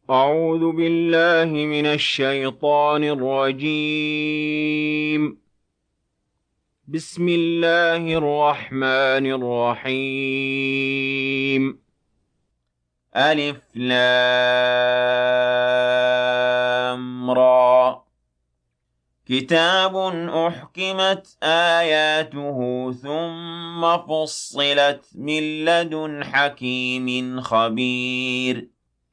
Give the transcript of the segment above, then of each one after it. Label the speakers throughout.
Speaker 1: أعوذ بالله من الشيطان الرجيم. بسم الله الرحمن الرحيم. ألف لام را. كتاب أحكمت آياته ثم فصلت من لدن حكيم خبير.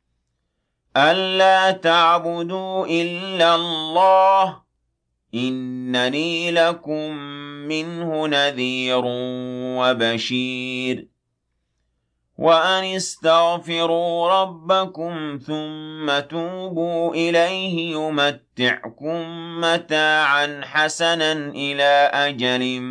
Speaker 1: ألا تعبدوا إلا الله إنني لكم منه نذير وبشير. وأن استغفروا ربكم ثم توبوا إليه يمتعكم متاعا حسنا إلى أجل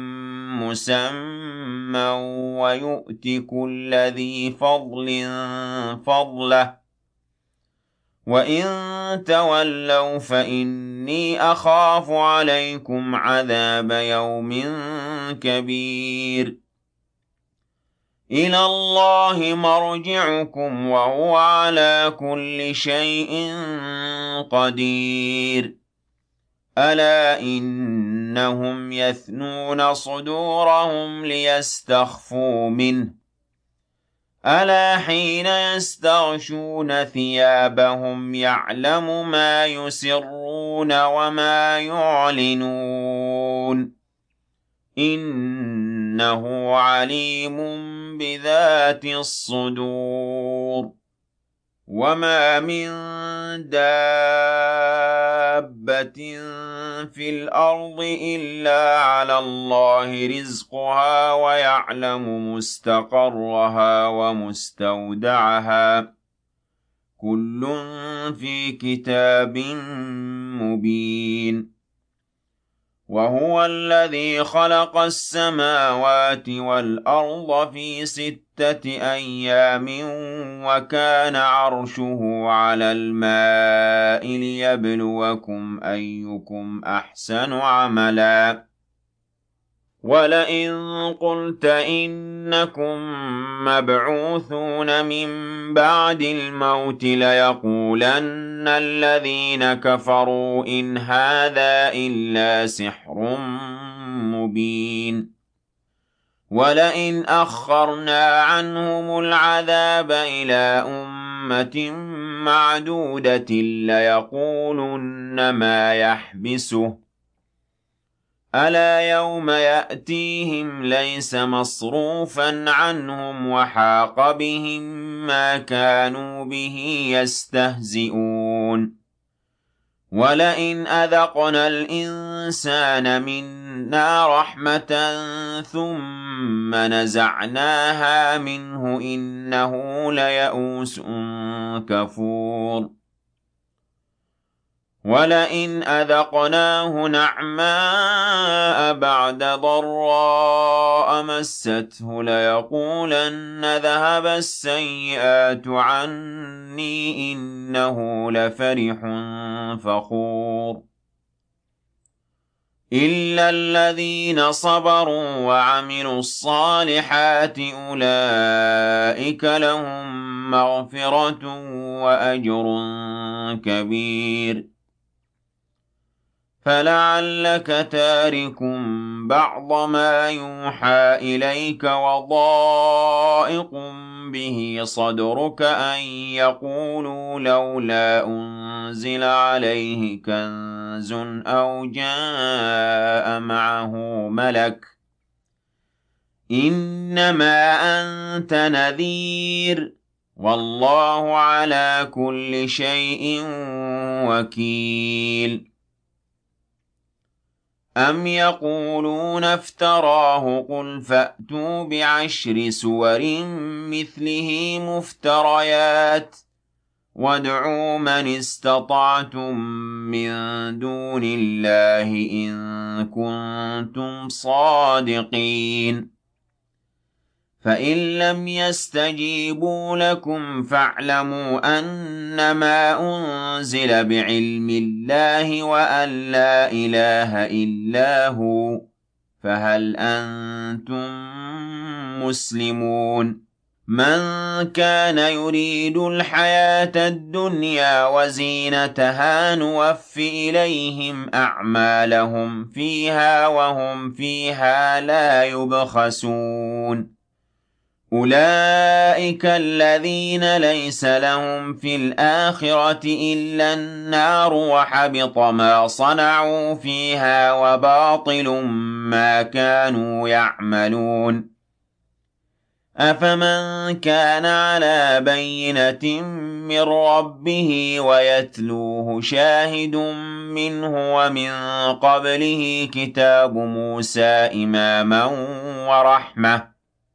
Speaker 1: مسمى ويؤت كل ذي فضل فضله وَإِن تَوَلَّوْا فَإِنِّي أَخَافُ عَلَيْكُمْ عَذَابَ يَوْمٍ كَبِيرٍ. إِلَى اللَّهِ مَرْجِعُكُمْ وَهُوَ عَلَى كُلِّ شَيْءٍ قَدِيرٌ. أَلَا إِنَّهُمْ يَثْنُونَ صُدُورَهُمْ لِيَسْتَخْفُوا مِنْهُ ألا حين يستغشون ثيابهم يعلم ما يسرون وما يعلنون إنه عليم بذات الصدور. وما من دابة في الأرض إلا على الله رزقها ويعلم مستقرها ومستودعها كل في كتاب مبين. وهو الذي خلق السماوات والأرض في 6 أيام وكان عرشه على الماء ليبلوكم أيكم أحسن عملا. ولئن قلت إنكم مبعوثون من بعد الموت ليقولن الذين كفروا إن هذا إلا سحر مبين. ولئن أخرنا عنهم العذاب إلى أمة معدودة ليقولن ما يحبسه ألا يوم يأتيهم ليس مصروفا عنهم وحاق بهم ما كانوا به يستهزئون. ولئن أذقنا الإنسان منا رحمة ثم نزعناها منه إنه ليئوس كفور. ولئن أذقناه نعماء بعد ضراء مسته ليقولن ذهب السيئات عني إنه لفرح فخور. إلا الذين صبروا وعملوا الصالحات أولئك لهم مغفرة وأجر كبير. فلعلك تارك بعض ما يوحى إليك وضائق به صدرك أن يقولوا لولا أنزل عليه كنز أو جاء معه ملك إنما أنت نذير والله على كل شيء وكيل. أم يقولون افتراه قل فأتوا بعشر سور مثله مفتريات وادعوا من استطعتم من دون الله إن كنتم صادقين. فإن لم يستجيبوا لكم فاعلموا أنما أنزل بعلم الله وأن لا إله إلا هو فهل أنتم مسلمون. من كان يريد الحياة الدنيا وزينتها نوف إليهم أعمالهم فيها وهم فيها لا يبخسون أولئك الذين ليس لهم في الآخرة إلا النار وحبط ما صنعوا فيها وباطل ما كانوا يعملون أفمن كان على بينة من ربه ويتلوه شاهد منه ومن قبله كتاب موسى إماما ورحمة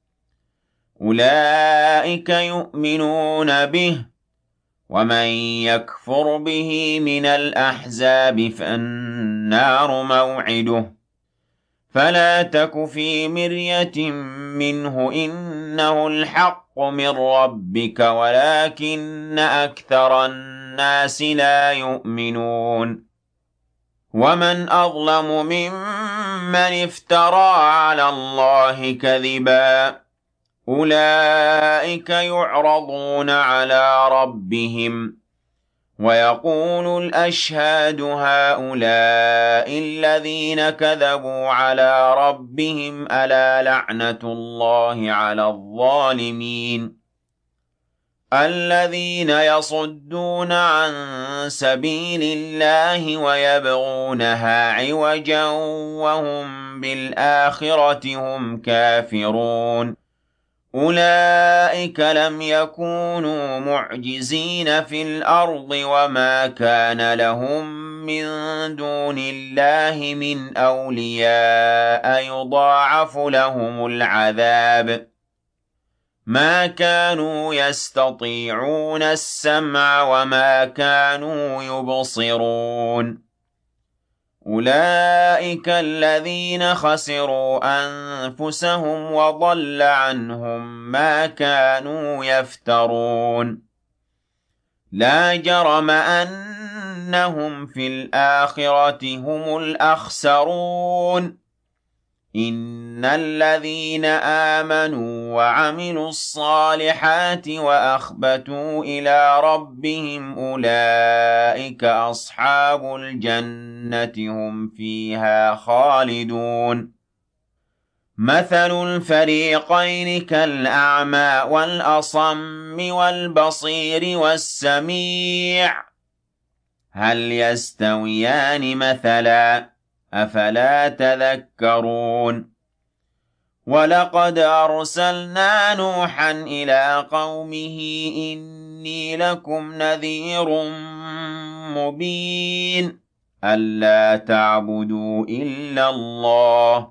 Speaker 1: أولئك يؤمنون به ومن يكفر به من الأحزاب فالنار موعده فلا تك في مرية منه إنه الحق من ربك ولكن أكثر الناس لا يؤمنون ومن أظلم ممن افترى على الله كذبا أولئك يعرضون على ربهم ويقول الأشهاد هؤلاء الذين كذبوا على ربهم ألا لعنة الله على الظالمين الذين يصدون عن سبيل الله ويبغونها عوجا وهم بالآخرة هم كافرون أولئك لم يكونوا معجزين في الأرض وما كان لهم من دون الله من أولياء يضاعف لهم العذاب ما كانوا يستطيعون السمع وما كانوا يبصرون أولئك الذين خسروا أنفسهم وضل عنهم ما كانوا يفترون لا جرم أنهم في الآخرة هم الأخسرون إن الذين آمنوا وعملوا الصالحات وأخبتوا إلى ربهم أولئك أصحاب الجنة هم فيها خالدون مثل الفريقين كالأعمى والأصم والبصير والسميع هل يستويان مثلا أفلا تذكرون ولقد أرسلنا نوحا إلى قومه إني لكم نذير مبين ألا تعبدوا إلا الله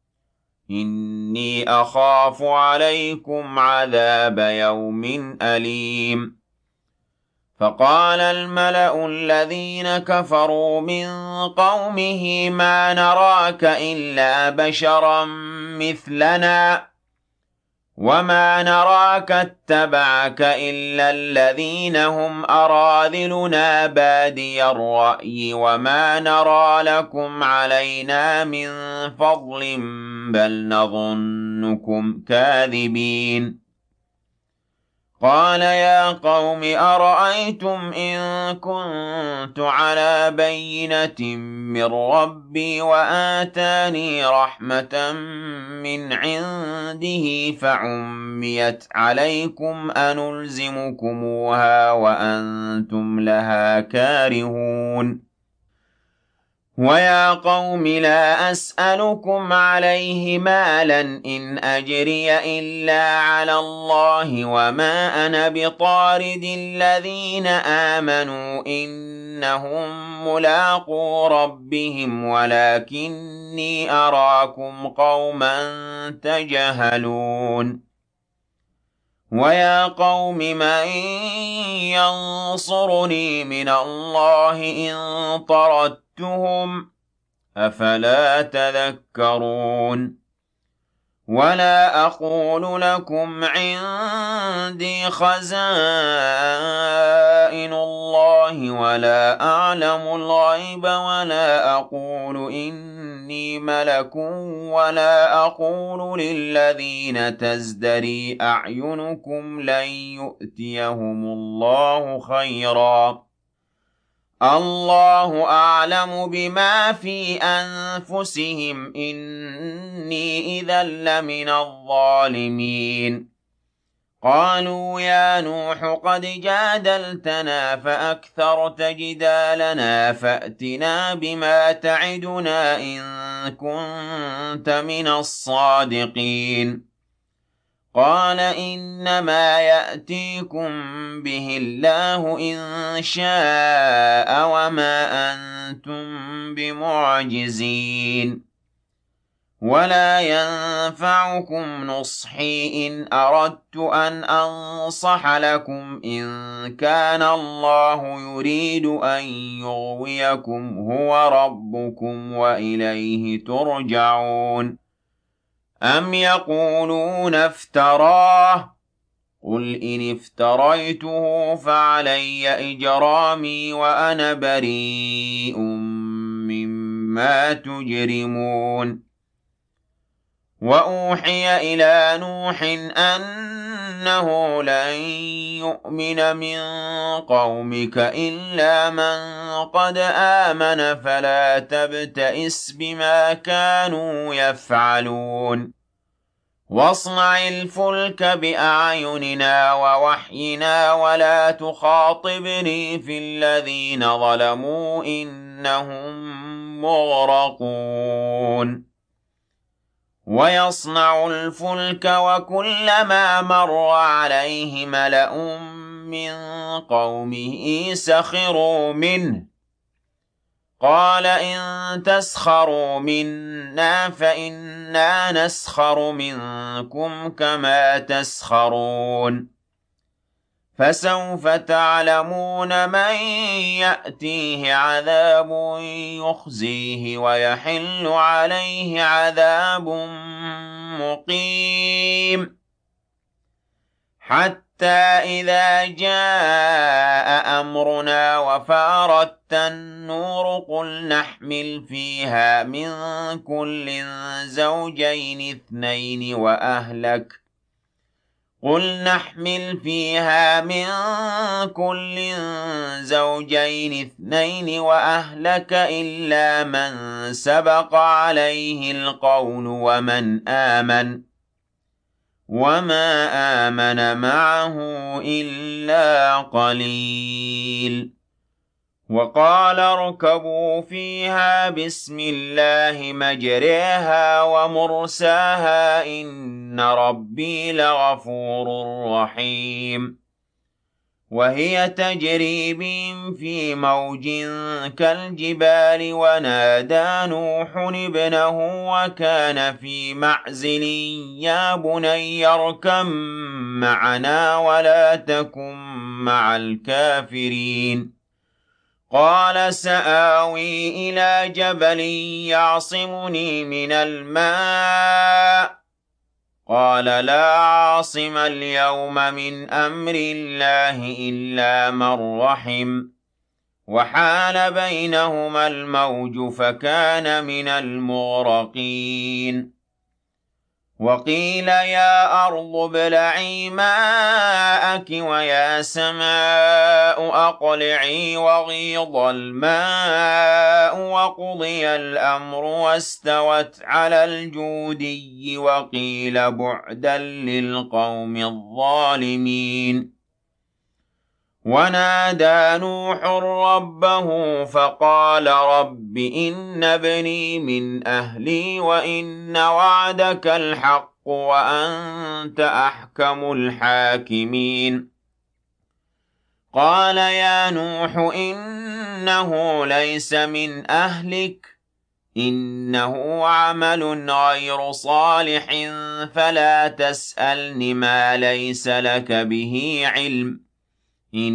Speaker 1: إني أخاف عليكم عذاب يوم أليم فقال الملأ الذين كفروا من قومه ما نراك إلا بشرا مثلنا وما نراك اتبعك إلا الذين هم أراذلنا بادي الرأي وما نرى لكم علينا من فضل بل نظنكم كاذبين قال يا قوم أرأيتم إن كنت على بينة من ربي وآتاني رحمة من عنده فعميت عليكم أنلزمكموها وأنتم لها كارهون ويا قوم لا أسألكم عليه مالا إن أجري إلا على الله وما أنا بطارد الذين آمنوا إنهم ملاقو ربهم ولكني أراكم قوما تجهلون ويا قوم من ينصرني من الله إن طردتهم أفلا تذكرون ولا أقول لكم عندي خزائن الله الله ولا أعلم الغيب ولا أقول إني ملك ولا أقول للذين تزدري أعينكم لن يؤتيهم الله خيرا الله أعلم بما في أنفسهم إني إذا لمن الظالمين قالوا يا نوح قد جادلتنا فأكثرت جدالنا فأتنا بما تعدنا إن كنت من الصادقين قال إنما يأتيكم به الله إن شاء وما أنتم بمعجزين ولا ينفعكم نصحي إن أردت أن أنصح لكم إن كان الله يريد أن يغويكم هو ربكم وإليه ترجعون أم يقولون افتراه قل إن افتريته فعلي إجرامي وأنا بريء مما تجرمون وأوحي إلى نوح أنه لن يؤمن من قومك إلا من قد آمن فلا تبتئس بما كانوا يفعلون واصنع الفلك بأعيننا ووحينا ولا تخاطبني في الذين ظلموا إنهم مغرقون ويصنع الفلك وكلما مر عليه ملأ من قومه سخروا منه قال إن تسخروا منا فإنا نسخر منكم كما تسخرون فسوف تعلمون من يأتيه عذاب يخزيه ويحل عليه عذاب مقيم حتى إذا جاء أمرنا وفارت النور قل نحمل فيها من كل زوجين اثنين وأهلك قل نحمل فيها من كل زوجين اثنين وأهلك إلا من سبق عليه القول ومن آمن وما آمن معه إلا قليل وقال اركبوا فيها بسم الله مجريها ومرساها إن ربي لغفور رحيم وهي تجري بهم في موج كالجبال ونادى نوح ابنه وكان في معزل يا بني اركب معنا ولا تكن مع الكافرين قال سآوي إلى جبل يعصمني من الماء قال لا عاصم اليوم من أمر الله إلا من رحم وحال بينهما الموج فكان من المغرقين وقيل يا أرض ابلعي ماءك ويا سماء أقلعي وغيض الماء وقضي الأمر واستوت على الجودي وقيل بعدا للقوم الظالمين ونادى نوح ربه فقال رب إن ابني من أهلي وإن وعدك الحق وأنت أحكم الحاكمين قال يا نوح إنه ليس من أهلك إنه عمل غير صالح فلا تسألني ما ليس لك به علم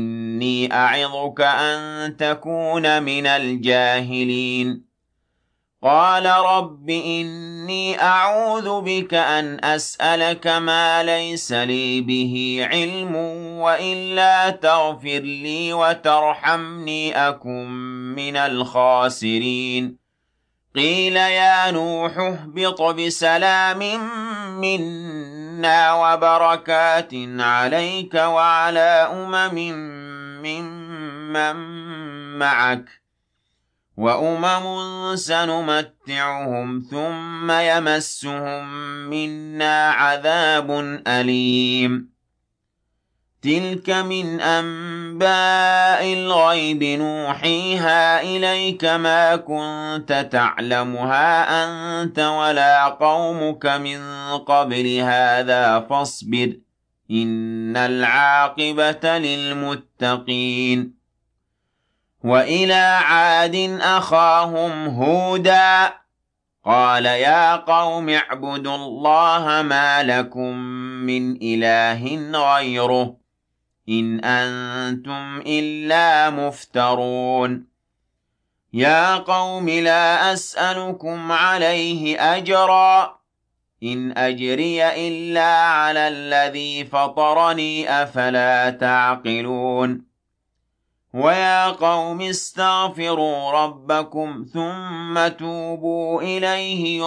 Speaker 1: إني أعظك أن تكون من الجاهلين قال رب إني أعوذ بك أن أسألك ما ليس لي به علم وإلا تغفر لي وترحمني أكن من الخاسرين قيل يا نوح اهبط بسلام منا وبركات عليك وعلى ممن معك وأمم سنمتعهم ثم يمسهم منا عذاب أليم تلك من أنباء الغيب نوحيها إليك ما كنت تعلمها أنت ولا قومك من قبل هذا فاصبر إن العاقبة للمتقين وإلى عاد أخاهم هودا قال يا قوم اعبدوا الله ما لكم من إله غيره إن أنتم إلا مفترون يا قوم لا أسألكم عليه أجرا إن أجري إلا على الذي فطرني أفلا تعقلون ويا قوم استغفروا ربكم ثم توبوا إليه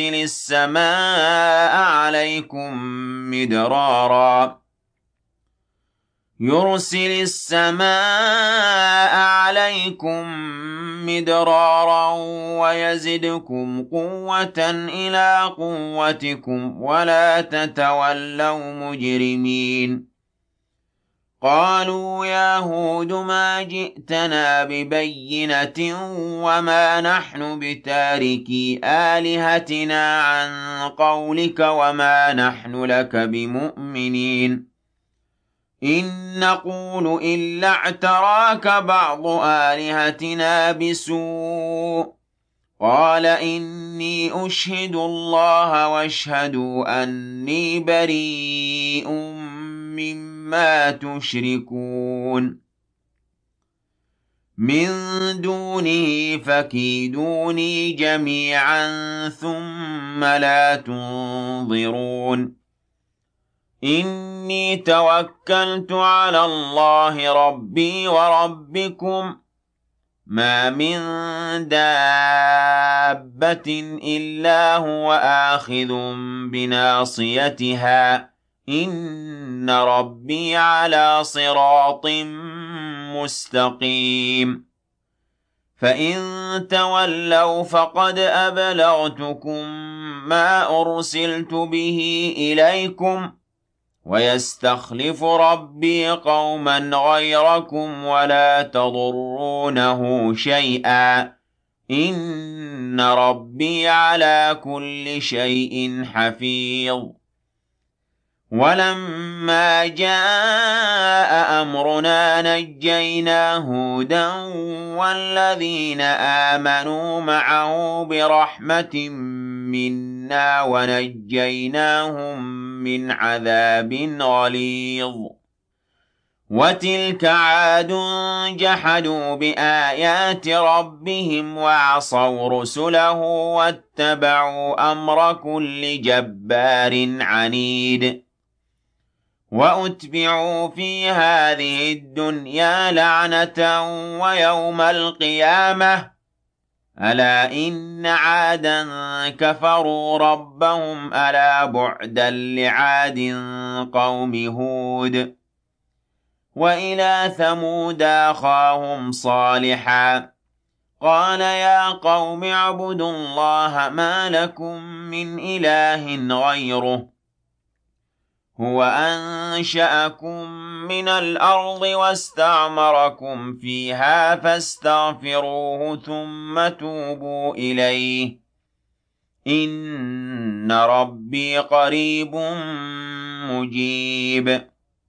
Speaker 1: يرسل السماء عليكم مدرارا ويزدكم قوة إلى قوتكم ولا تتولوا مجرمين قالوا يا هود ما جئتنا ببينة وما نحن بتاركي آلهتنا عن قولك وما نحن لك بمؤمنين إن نقول إلا اعتراك بعض آلهتنا بسوء قال إني أشهد الله واشهدوا أني بريء مما تشركون من دونه فكيدوني جميعا ثم لا تنظرون إني توكلت على الله ربي وربكم ما من دابة إلا هو آخذ بناصيتها إن ربي على صراط مستقيم فإن تولوا فقد أبلغتكم ما أرسلت به إليكم ويستخلف ربي قوما غيركم ولا تضرونه شيئا إن ربي على كل شيء حفيظ ولما جاء أمرنا نجينا هودا والذين آمنوا معه برحمة منا ونجيناهم من عذاب غليظ وتلك عاد جحدوا بآيات ربهم وعصوا رسله واتبعوا أمر كل جبار عنيد وأتبعوا في هذه الدنيا لعنة ويوم القيامة ألا إن عادا كفروا ربهم ألا بعدا لعاد قوم هود وإلى ثمود أخاهم صالحا قال يا قوم اعبدوا الله ما لكم من إله غيره هو أنشأكم من الأرض واستعمركم فيها فاستغفروه ثم توبوا إليه إن ربي قريب مجيب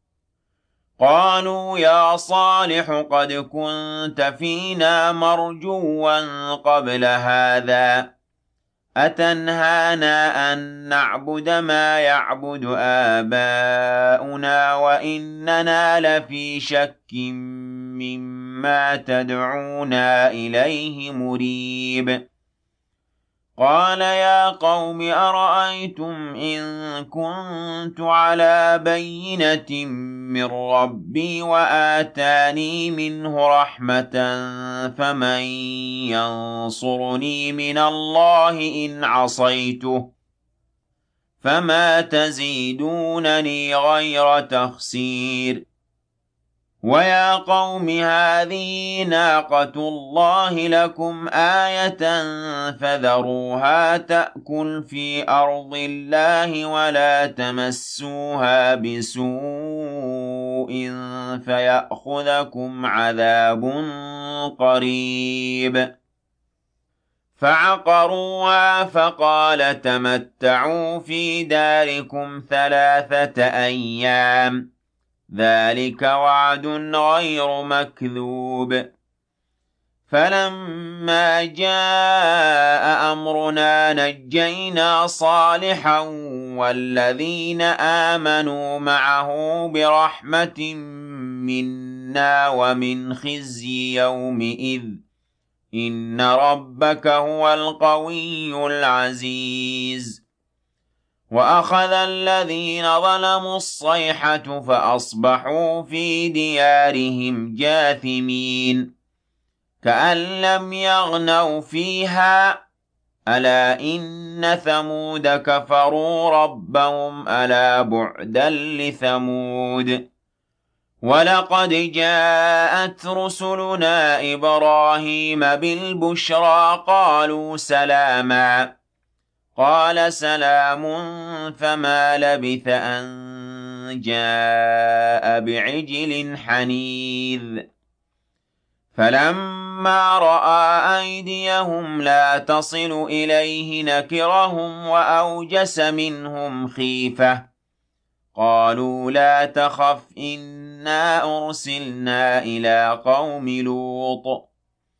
Speaker 1: قالوا يا صالح قد كنت فينا مرجوا قبل هذا أتنهانا أن نعبد ما يعبد آباؤنا وإننا لفي شك مما تدعونا إليه مريب قال يا قوم أرأيتم إن كنت على بينة من ربي وآتاني منه رحمة فمن ينصرني من الله إن عصيته فما تزيدونني غير تخسير ويا قوم هذه ناقة الله لكم آية فذروها تأكل في أرض الله ولا تمسوها بسوء فيأخذكم عذاب قريب فعقروها فقال تمتعوا في داركم 3 أيام ذلك وعد غير مكذوب فلما جاء أمرنا نجينا صالحا والذين آمنوا معه برحمة منا ومن خزي يومئذ إن ربك هو القوي العزيز وأخذ الذين ظلموا الصيحة فأصبحوا في ديارهم جاثمين كأن لم يغنوا فيها ألا إن ثمود كفروا ربهم ألا بعدا لثمود ولقد جاءت رسلنا إبراهيم بالبشرى قالوا سلاما قال سلام فما لبث أن جاء بعجل حنيذ فلما رأى أيديهم لا تصل إليه نكرهم وأوجس منهم خيفة قالوا لا تخف إنا أرسلنا إلى قوم لوط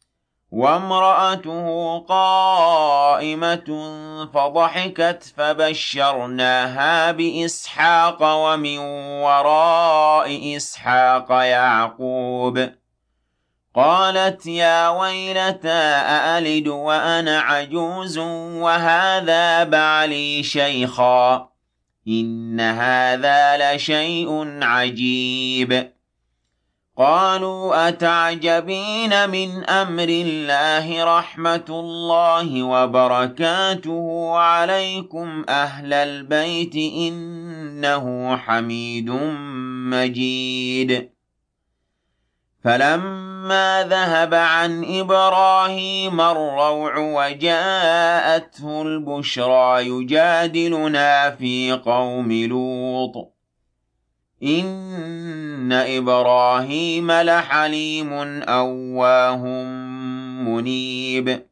Speaker 1: وامرأته قائمة فضحكت فبشرناها بإسحاق ومن وراء إسحاق يعقوب قالت يا ويلتى أألد وأنا عجوز وهذا بعلي شيخا إن هذا لشيء عجيب قالوا أتعجبين من أمر الله رحمة الله وبركاته عليكم أهل البيت إنه حميد مجيد فلما ذهب عن إبراهيم الروع وجاءته البشرى يجادلنا في قوم لوط إن إبراهيم لحليم أواه منيب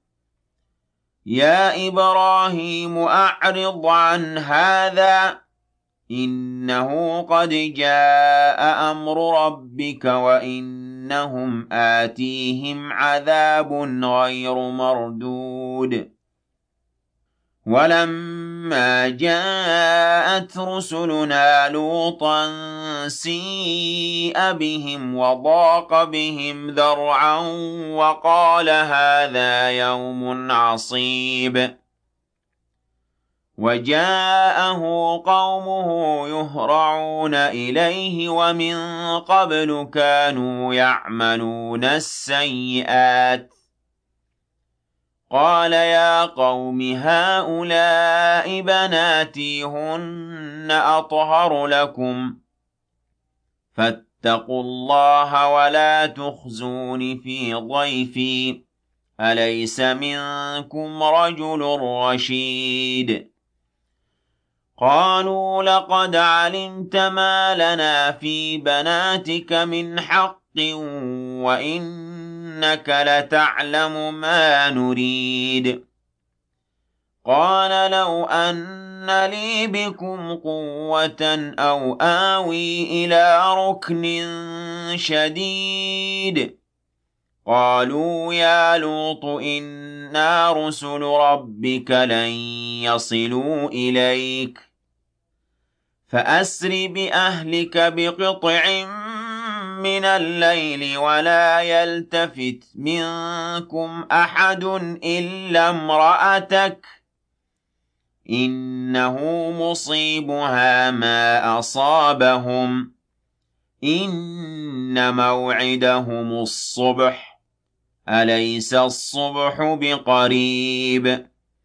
Speaker 1: يا إبراهيم أعرض عن هذا إنه قد جاء أمر ربك وإنهم آتيهم عذاب غير مردود ولما جاءت رسلنا لوطا سيء بهم وضاق بهم ذرعا وقال هذا يوم عصيب وجاءه قومه يهرعون إليه ومن قبل كانوا يعملون السيئات قال يا قوم هؤلاء بناتي هن أطهر لكم فاتقوا الله ولا تخزون في ضيفي أليس منكم رجل رشيد قالوا لقد علمت ما لنا في بناتك من حق وإنك لتعلم ما نريد قال لو أن لي بكم قوة أو آوي إلى ركن شديد قالوا يا لوط إنا رسل ربك لن يصلوا إليك فأسر بأهلك بقطع من الليل ولا يلتفت منكم أحد إلا امرأتك إنه مصيبها ما أصابهم إن موعدهم الصبح أليس الصبح بقريب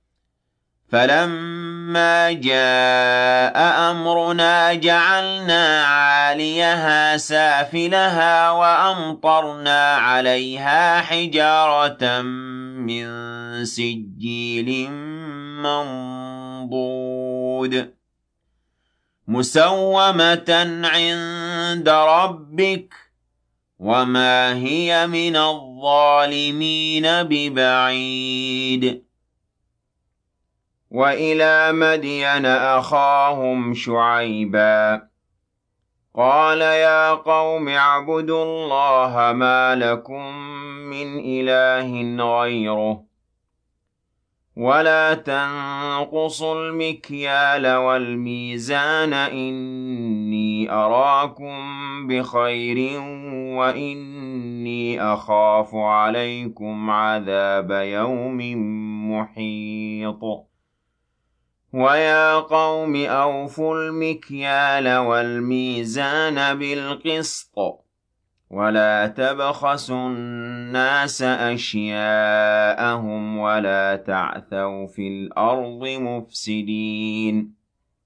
Speaker 1: فلما جاء أمرنا جعلنا عاليها سافلها وأمطرنا عليها حجارة من سجيل منضود مسومة عند ربك وما هي من الظالمين ببعيد وإلى مدين أخاهم شعيبا قال يا قوم اعبدوا الله ما لكم من إله غيره ولا تنقصوا المكيال والميزان إني أراكم بخير وإني أخاف عليكم عذاب يوم محيط ويا قوم أوفوا المكيال والميزان بالقسط ولا تبخسوا الناس أشياءهم ولا تعثوا في الأرض مفسدين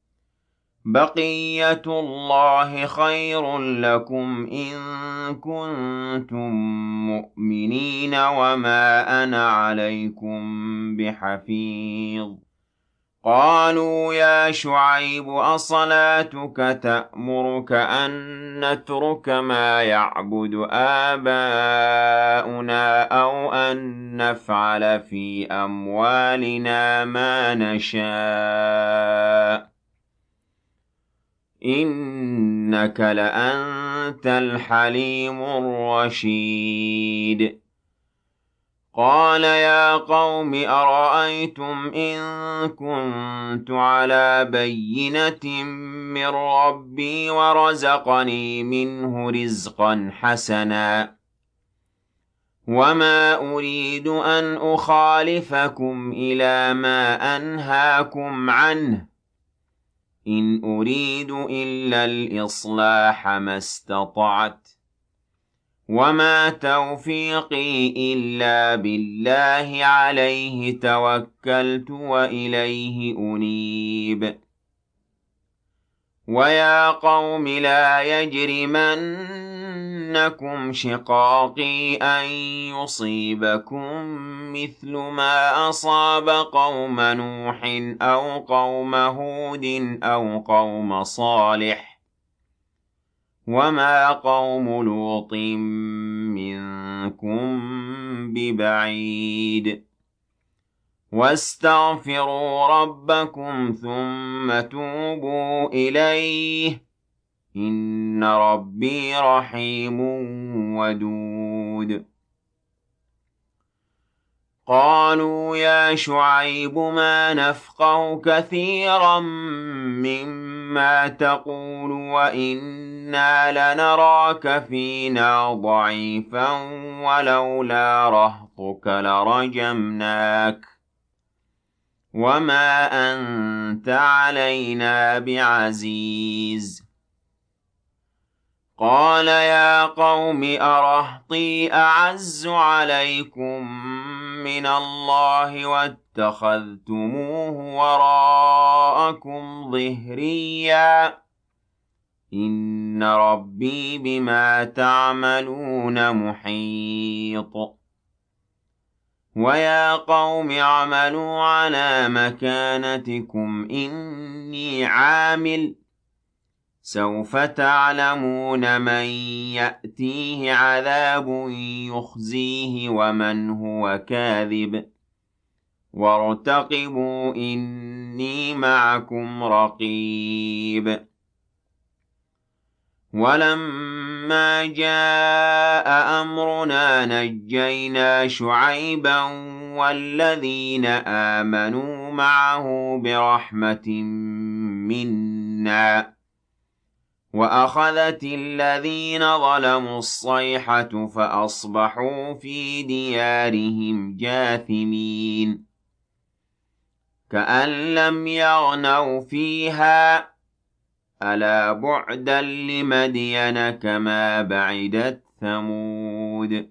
Speaker 1: بقية الله خير لكم إن كنتم مؤمنين وما أنا عليكم بحفيظ قالوا يا شعيب أصلاتك تأمرك أن نترك ما يعبد آباؤنا أو أن نفعل في أموالنا ما نشاء إنك لأنت الحليم الرشيد قال يا قوم أرأيتم إن كنت على بينة من ربي ورزقني منه رزقا حسنا وما أريد أن أخالفكم إلى ما أنهاكم عنه إن أريد إلا الإصلاح ما استطعت وما توفيقي إلا بالله عليه توكلت وإليه أنيب ويا قوم لا يجرمنكم شقاقي أن يصيبكم مثل ما أصاب قوم نوح أو قوم هود أو قوم صالح وما قوم لوط منكم ببعيد واستغفروا ربكم ثم توبوا إليه إن ربي رحيم ودود قالوا يا شعيب ما نفقه كثيرا مما تقول وإنا لنراك فينا ضعيفا ولولا رهطك لرجمناك وما أنت علينا بعزيز قال يا قوم أرهطي أعز عليكم من الله واتخذتموه وراءكم ظهريا إن ربي بما تعملون محيط ويا قوم اعملوا على مكانتكم إني عامل سوف تعلمون من يأتيه عذاب يخزيه ومن هو كاذب وارتقبوا إني معكم رقيب ولما جاء أمرنا نجينا شعيبا والذين آمنوا معه برحمة منا وأخذت الذين ظلموا الصيحة فأصبحوا في ديارهم جاثمين كأن لم يغنوا فيها ألا بعدا لمدين كما بعدت ثمود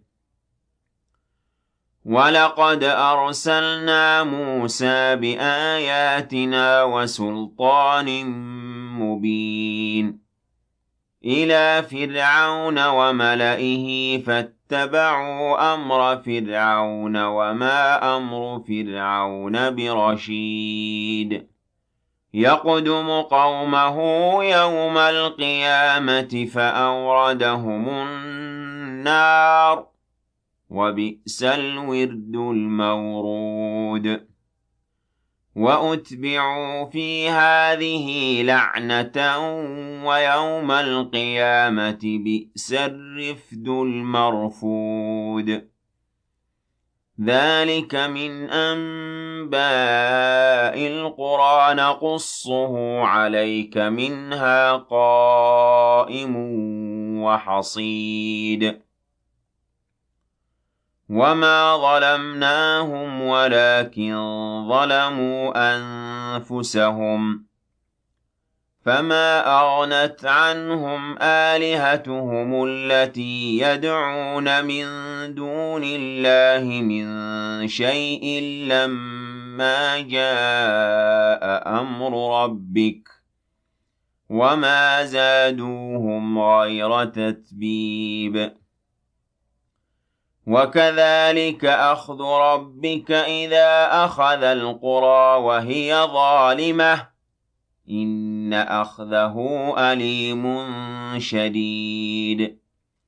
Speaker 1: ولقد أرسلنا موسى بآياتنا وسلطان مبين إلى فرعون وملئه فاتبعوا أمر فرعون وما أمر فرعون برشيد يقدم قومه يوم القيامة فأوردهم النار وبئس الورد المورود وأتبعوا في هذه لعنة ويوم القيامة بئس الرفد المرفود ذلك من أنباء القرى نقصه عليك منها قائم وحصيد وما ظلمناهم ولكن ظلموا أنفسهم فما أغنت عنهم آلهتهم التي يدعون من دون الله من شيء لما جاء أمر ربك وما زادوهم غير تتبيب وكذلك أخذ ربك إذا أخذ القرى وهي ظالمة إن أخذه أليم شديد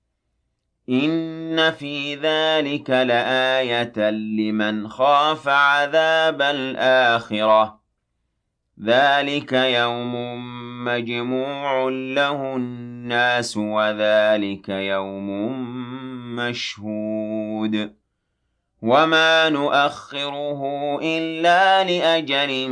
Speaker 1: إن في ذلك لآية لمن خاف عذاب الآخرة ذلك يوم مجموع له الناس وذلك يوم مشهود وما نؤخره إلا لأجل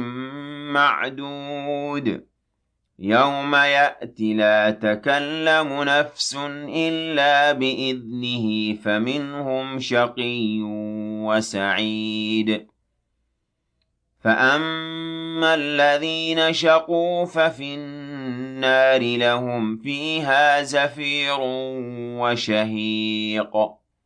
Speaker 1: معدود يوم يأتي لا تكلم نفس إلا بإذنه فمنهم شقي وسعيد فأما الذين شقوا ففي النار لهم فيها زفير وشهيق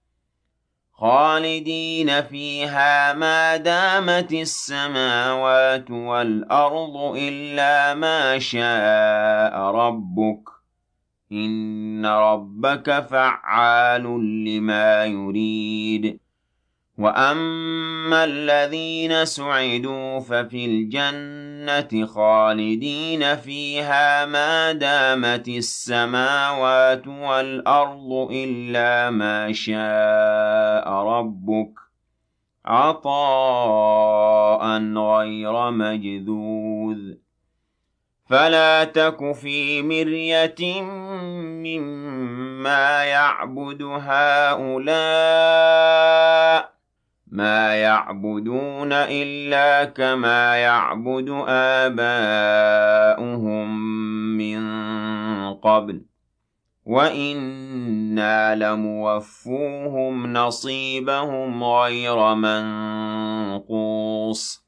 Speaker 1: خالدين فيها ما دامت السماوات والأرض إلا ما شاء ربك إن ربك فعال لما يريد وأما الذين سعدوا ففي الجنة خالدين فيها ما دامت السماوات والأرض إلا ما شاء ربك عطاء غير مجذوذ فلا تك في مرية مما يعبد هؤلاء ما يعبدون إلا كما يعبد آباؤهم من قبل وإنا لموفوهم نصيبهم غير منقوص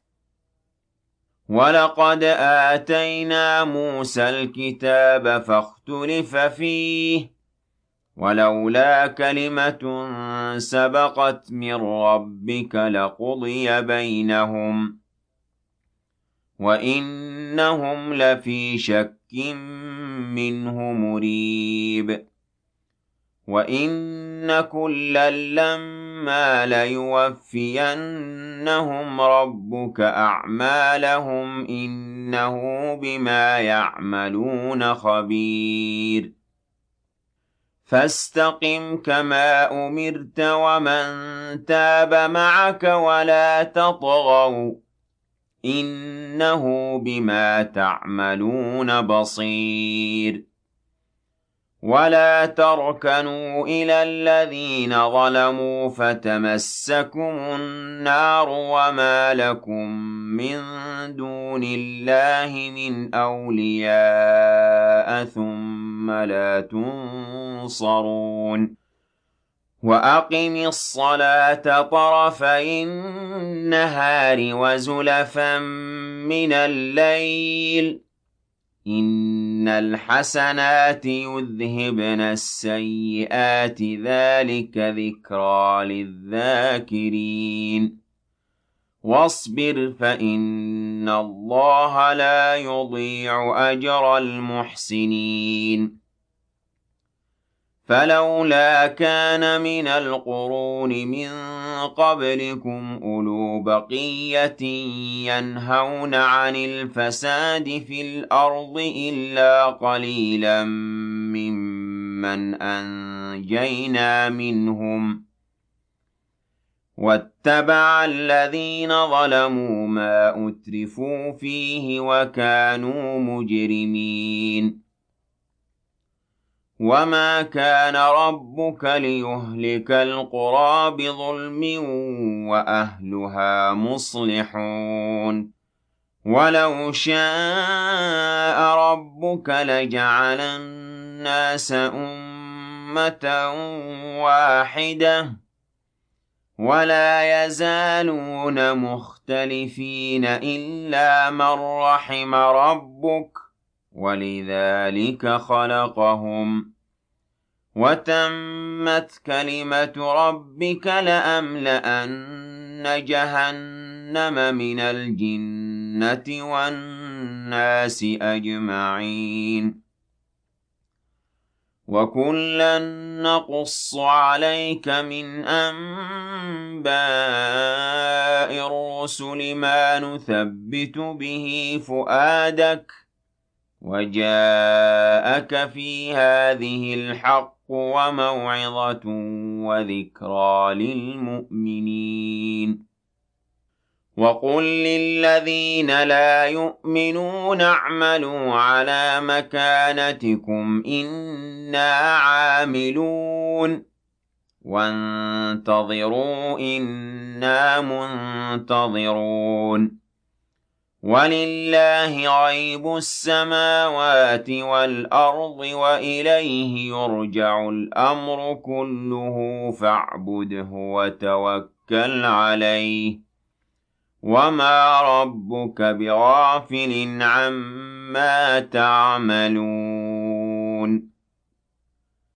Speaker 1: ولقد آتينا موسى الكتاب فاختلف فيه ولولا كلمة سبقت من ربك لقضي بينهم وإنهم لفي شك منه مريب وإن كلا لما ليوفينهم ربك أعمالهم إنه بما يعملون خبير فاستقم كما أمرت ومن تاب معك ولا تطغوا إنه بما تعملون بصير ولا تركنوا إلى الذين ظلموا فتمسكم النار وما لكم من دون الله من أولياء ثم لا تنصرون وَأَقِمِ الصَّلَاةَ طَرَفَيِ النَّهَارِ وَزُلَفًا مِّنَ اللَّيْلِ ۚ إِنَّ الْحَسَنَاتِ يُذْهِبْنَ السَّيِّئَاتِ ۚ ذَٰلِكَ ذِكْرَىٰ لِلذَّاكِرِينَ وَاصْبِرْ فَإِنَّ اللَّهَ لَا يُضِيعُ أَجْرَ الْمُحْسِنِينَ فَلَوْلَا كَانَ مِنَ الْقُرُونِ مِن قَبْلِكُمْ أُولُو بَقِيَّةٍ يَنْهَوْنَ عَنِ الْفَسَادِ فِي الْأَرْضِ إِلَّا قَلِيلًا مِّمَّنْ أَنجَيْنَا مِنْهُمْ ۗ وَاتَّبَعَ الَّذِينَ ظَلَمُوا مَا أُتْرِفُوا فِيهِ وَكَانُوا مُجْرِمِينَ وَمَا كَانَ رَبُّكَ لِيُهْلِكَ الْقُرَىٰ بِظُلْمٍ وَأَهْلُهَا مُصْلِحُونَ وَلَوْ شَاءَ رَبُّكَ لَجَعَلَ النَّاسَ أُمَّةً وَاحِدَةً وَلَا يَزَالُونَ مُخْتَلِفِينَ إِلَّا مَن رَّحِمَ رَبُّكَ ۖ وَلِذَٰلِكَ خَلَقَهُمْ ۗ وَتَمَّتْ كَلِمَةُ رَبِّكَ لَأَمْلَأَنَّ جَهَنَّمَ مِنَ الْجِنَّةِ وَالنَّاسِ أَجْمَعِينَ وَكُلًّا نَّقُصُّ عَلَيْكَ مِنْ أَنبَاءِ الرُّسُلِ مَا نُثَبِّتُ بِهِ فُؤَادَكَ ۖ وَجَاءَكَ فِي هَٰذِهِ الْحَقُّ وَمَوْعِظَةٌ وَذِكْرَىٰ لِلْمُؤْمِنِينَ وَقُل لِّلَّذِينَ لَا يُؤْمِنُونَ اعْمَلُوا عَلَىٰ مَكَانَتِكُمْ إِنَّا عَامِلُونَ وَانتَظِرُوا إِنَّا مُنتَظِرُونَ وَلِلَّهِ غَيْبُ السَّمَاوَاتِ وَالْأَرْضِ وَإِلَيْهِ يُرْجَعُ الْأَمْرُ كُلُّهُ فَاعْبُدْهُ وَتَوَكَّلْ عَلَيْهِ ۚ وَمَا رَبُّكَ بِغَافِلٍ عَمَّا تَعْمَلُونَ